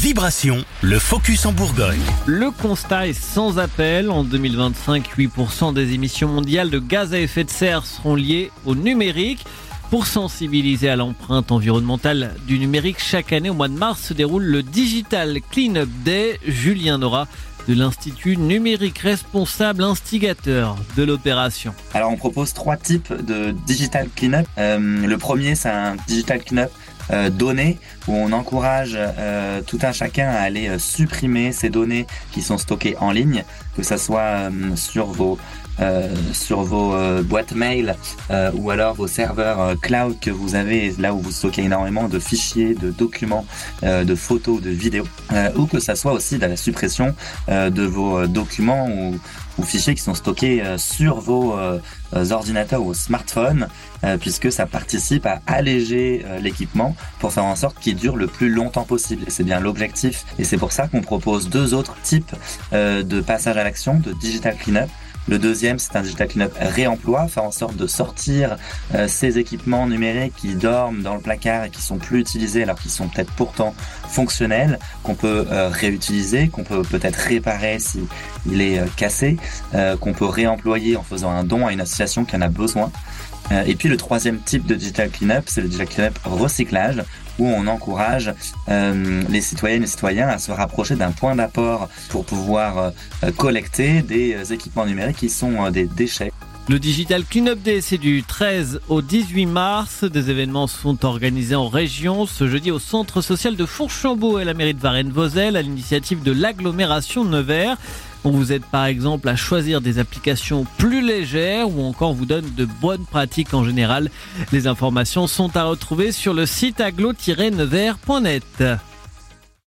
Vibration, le focus en Bourgogne. Le constat est sans appel. En 2025, 8% des émissions mondiales de gaz à effet de serre seront liées au numérique. Pour sensibiliser à l'empreinte environnementale du numérique, chaque année au mois de mars se déroule le Digital Cleanup Day. Julien Nora de l'Institut numérique responsable instigateur de l'opération. Alors on propose 3 types de Digital Cleanup. Le premier, c'est un Digital Cleanup données, où on encourage tout un chacun à aller supprimer ces données qui sont stockées en ligne, que ça soit sur vos boîtes mail ou alors vos serveurs cloud que vous avez, là où vous stockez énormément de fichiers, de documents, de photos, de vidéos, ou que ça soit aussi de la suppression de vos documents ou fichiers qui sont stockés sur vos ordinateurs ou smartphones, puisque ça participe à alléger l'équipement pour faire en sorte qu'il dure le plus longtemps possible. Et c'est bien l'objectif. Et c'est pour ça qu'on propose 2 autres types de passage à l'action, de Digital Cleanup. Le deuxième, c'est un Digital Cleanup réemploi, faire en sorte de sortir ces équipements numériques qui dorment dans le placard et qui sont plus utilisés alors qu'ils sont peut-être pourtant fonctionnels, qu'on peut réutiliser, qu'on peut peut-être réparer si il est cassé, qu'on peut réemployer en faisant un don à une association qui en a besoin. Et puis le troisième type de Digital Cleanup, c'est le Digital Cleanup recyclage, où on encourage les citoyennes et citoyens à se rapprocher d'un point d'apport pour pouvoir collecter des équipements numériques qui sont des déchets. Le Digital Cleanup Day, c'est du 13 au 18 mars. Des événements sont organisés en région. Ce jeudi au centre social de Fourchambault et la mairie de Varennes-Vauzelles à l'initiative de l'agglomération Nevers. On vous aide par exemple à choisir des applications plus légères ou encore on vous donne de bonnes pratiques en général. Les informations sont à retrouver sur le site agglo-nevers.net.